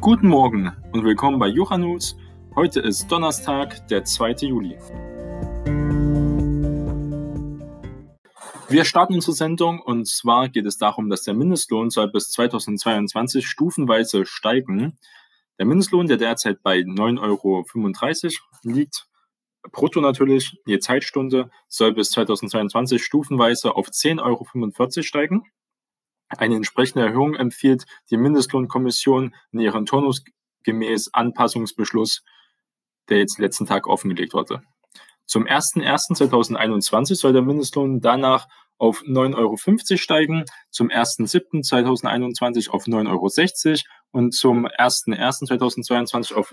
Guten Morgen und willkommen bei Jucha-News. Heute ist Donnerstag, der 2. Juli. Wir starten unsere Sendung und zwar geht es darum, dass der Mindestlohn soll bis 2022 stufenweise steigen. Der Mindestlohn, der derzeit bei 9,35 € liegt, brutto natürlich, je Zeitstunde, soll bis 2022 stufenweise auf 10,45 € steigen. Eine entsprechende Erhöhung empfiehlt die Mindestlohnkommission in ihrem turnusgemäß Anpassungsbeschluss, der jetzt letzten Tag offengelegt wurde. Zum 01.01.2021 soll der Mindestlohn danach auf 9,50 € steigen, zum 01.07.2021 auf 9,60 € und zum 01.01.2022 auf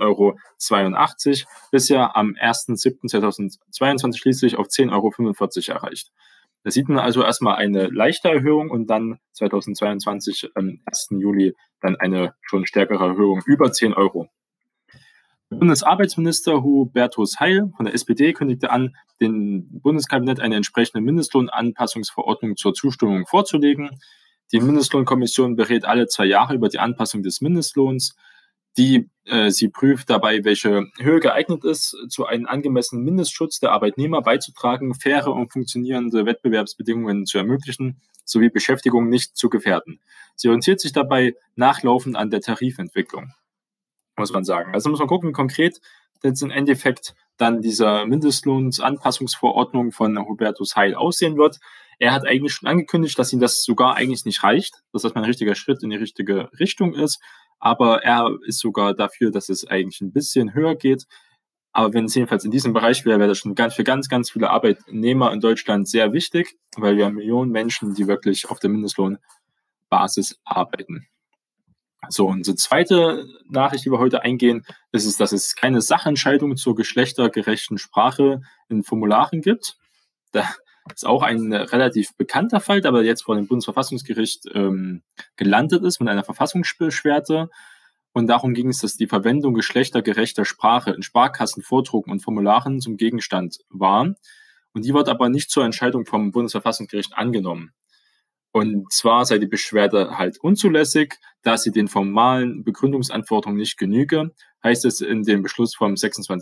9,82 €, bisher am 01.07.2022 schließlich auf 10,45 € erreicht. Da sieht man also erstmal eine leichte Erhöhung und dann 2022 am 1. Juli dann eine schon stärkere Erhöhung über 10 €. Bundesarbeitsminister Hubertus Heil von der SPD kündigte an, dem Bundeskabinett eine entsprechende Mindestlohnanpassungsverordnung zur Zustimmung vorzulegen. Die Mindestlohnkommission berät alle 2 Jahre über die Anpassung des Mindestlohns. Sie prüft dabei, welche Höhe geeignet ist, zu einem angemessenen Mindestschutz der Arbeitnehmer beizutragen, faire und funktionierende Wettbewerbsbedingungen zu ermöglichen, sowie Beschäftigung nicht zu gefährden. Sie orientiert sich dabei nachlaufend an der Tarifentwicklung, muss man sagen. Also muss man gucken, konkret jetzt im Endeffekt dann dieser Mindestlohnsanpassungsverordnung von Hubertus Heil aussehen wird. Er hat eigentlich schon angekündigt, dass ihm das sogar eigentlich nicht reicht, dass das mal ein richtiger Schritt in die richtige Richtung ist. Aber er ist sogar dafür, dass es eigentlich ein bisschen höher geht. Aber wenn es jedenfalls in diesem Bereich wäre, wäre das schon für ganz, ganz viele Arbeitnehmer in Deutschland sehr wichtig, weil wir haben Millionen Menschen, die wirklich auf der Mindestlohnbasis arbeiten. So, unsere zweite Nachricht, die wir heute eingehen, ist, dass es keine Sachentscheidung zur geschlechtergerechten Sprache in Formularen gibt. Da ist auch ein relativ bekannter Fall, der aber jetzt vor dem Bundesverfassungsgericht gelandet ist mit einer Verfassungsbeschwerde. Und darum ging es, dass die Verwendung geschlechtergerechter Sprache in Sparkassen, Vordrucken und Formularen zum Gegenstand war. Und die wird aber nicht zur Entscheidung vom Bundesverfassungsgericht angenommen. Und zwar sei die Beschwerde halt unzulässig, da sie den formalen Begründungsanforderungen nicht genüge, heißt es in dem Beschluss vom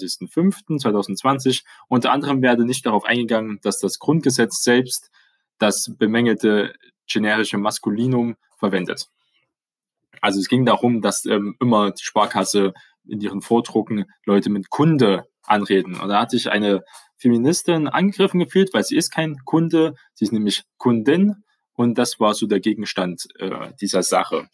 26.05.2020. Unter anderem werde nicht darauf eingegangen, dass das Grundgesetz selbst das bemängelte generische Maskulinum verwendet. Also es ging darum, dass immer die Sparkasse in ihren Vordrucken Leute mit Kunde anreden. Und da hat sich eine Feministin angegriffen gefühlt, weil sie ist kein Kunde, sie ist nämlich Kundin. Und das war so der Gegenstand dieser Sache.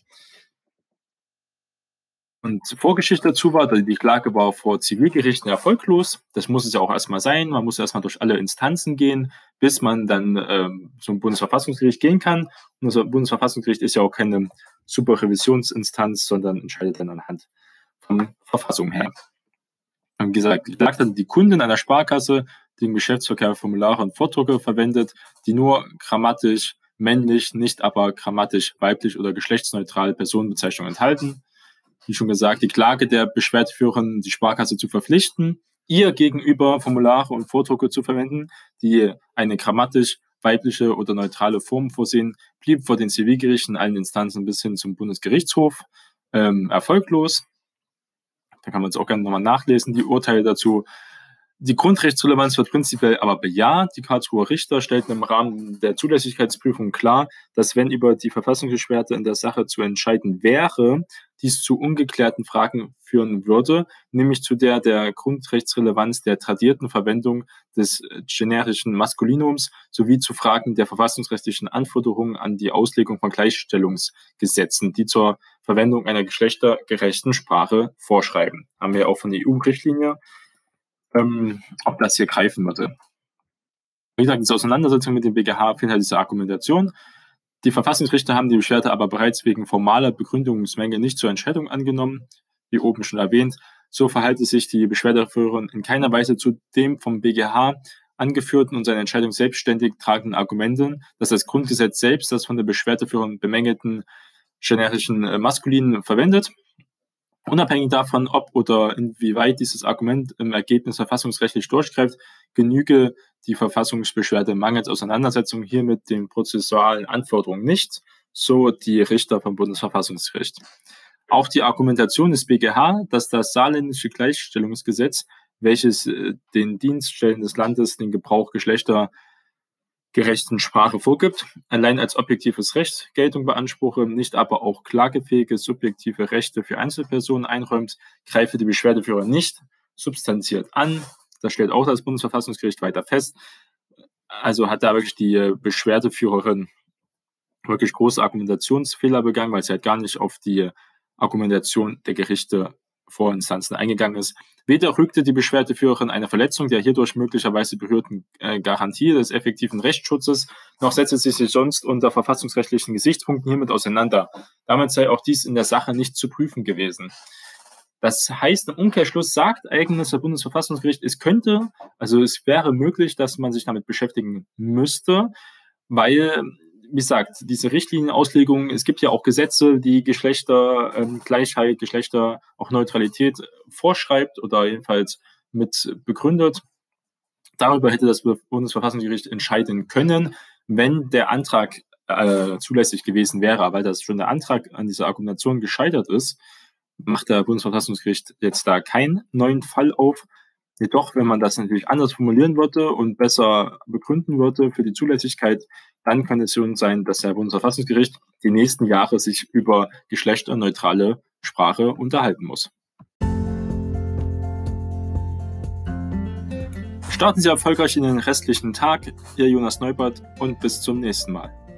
Und Vorgeschichte dazu war, die Klage war vor Zivilgerichten erfolglos. Das muss es ja auch erstmal sein. Man muss erstmal durch alle Instanzen gehen, bis man dann zum Bundesverfassungsgericht gehen kann. Und das Bundesverfassungsgericht ist ja auch keine Superrevisionsinstanz, sondern entscheidet dann anhand von Verfassung her. Und wie gesagt, die Kundin einer Sparkasse, die im Geschäftsverkehr Formulare und Vordrucke verwendet, die nur grammatisch männlich, nicht aber grammatisch weiblich oder geschlechtsneutrale Personenbezeichnungen enthalten. Wie schon gesagt, die Klage der Beschwerdeführerin, die Sparkasse zu verpflichten, ihr gegenüber Formulare und Vordrucke zu verwenden, die eine grammatisch weibliche oder neutrale Form vorsehen, blieb vor den Zivilgerichten allen Instanzen bis hin zum Bundesgerichtshof erfolglos. Da kann man es auch gerne nochmal nachlesen, die Urteile dazu. Die Grundrechtsrelevanz wird prinzipiell aber bejaht. Die Karlsruher Richter stellten im Rahmen der Zulässigkeitsprüfung klar, dass wenn über die Verfassungsbeschwerde in der Sache zu entscheiden wäre, dies zu ungeklärten Fragen führen würde, nämlich zu der Grundrechtsrelevanz der tradierten Verwendung des generischen Maskulinums sowie zu Fragen der verfassungsrechtlichen Anforderungen an die Auslegung von Gleichstellungsgesetzen, die zur Verwendung einer geschlechtergerechten Sprache vorschreiben. Haben wir auch von der EU-Richtlinie. Ob das hier greifen würde. Wie gesagt, diese Auseinandersetzung mit dem BGH fehlt halt diese Argumentation. Die Verfassungsrichter haben die Beschwerde aber bereits wegen formaler Begründungsmängel nicht zur Entscheidung angenommen, wie oben schon erwähnt. So verhalte sich die Beschwerdeführerin in keiner Weise zu dem vom BGH angeführten und seine Entscheidung selbstständig tragenden Argumenten, dass das Grundgesetz selbst das von der Beschwerdeführerin bemängelten generischen Maskulinen verwendet. Unabhängig davon, ob oder inwieweit dieses Argument im Ergebnis verfassungsrechtlich durchgreift, genüge die Verfassungsbeschwerde mangels Auseinandersetzung hier mit den prozessualen Anforderungen nicht, so die Richter vom Bundesverfassungsgericht. Auch die Argumentation des BGH, dass das saarländische Gleichstellungsgesetz, welches den Dienststellen des Landes den Gebrauch geschlechtergerechten Sprache vorgibt, allein als objektives Recht Geltung beanspruche, nicht aber auch klagefähige subjektive Rechte für Einzelpersonen einräumt, greife die Beschwerdeführer nicht substanziert an. Das stellt auch das Bundesverfassungsgericht weiter fest. Also hat da wirklich die Beschwerdeführerin wirklich große Argumentationsfehler begangen, weil sie halt gar nicht auf die Argumentation der Gerichte vor Instanzen eingegangen ist. Weder rügte die Beschwerdeführerin eine Verletzung der hierdurch möglicherweise berührten Garantie des effektiven Rechtsschutzes, noch setzte sie sich sonst unter verfassungsrechtlichen Gesichtspunkten hiermit auseinander. Damit sei auch dies in der Sache nicht zu prüfen gewesen. Das heißt, im Umkehrschluss sagt eigentlich das Bundesverfassungsgericht, es wäre möglich, dass man sich damit beschäftigen müsste, weil, wie gesagt, diese Richtlinienauslegung, es gibt ja auch Gesetze, die Geschlechtergleichheit, Geschlechter, auch Neutralität vorschreibt oder jedenfalls mit begründet. Darüber hätte das Bundesverfassungsgericht entscheiden können, wenn der Antrag zulässig gewesen wäre, weil das schon der Antrag an dieser Argumentation gescheitert ist, macht der Bundesverfassungsgericht jetzt da keinen neuen Fall auf. Jedoch, wenn man das natürlich anders formulieren würde und besser begründen würde für die Zulässigkeit, dann kann es schon sein, dass der Bundesverfassungsgericht die nächsten Jahre sich über geschlechterneutrale Sprache unterhalten muss. Starten Sie erfolgreich in den restlichen Tag, Ihr Jonas Neubert, und bis zum nächsten Mal.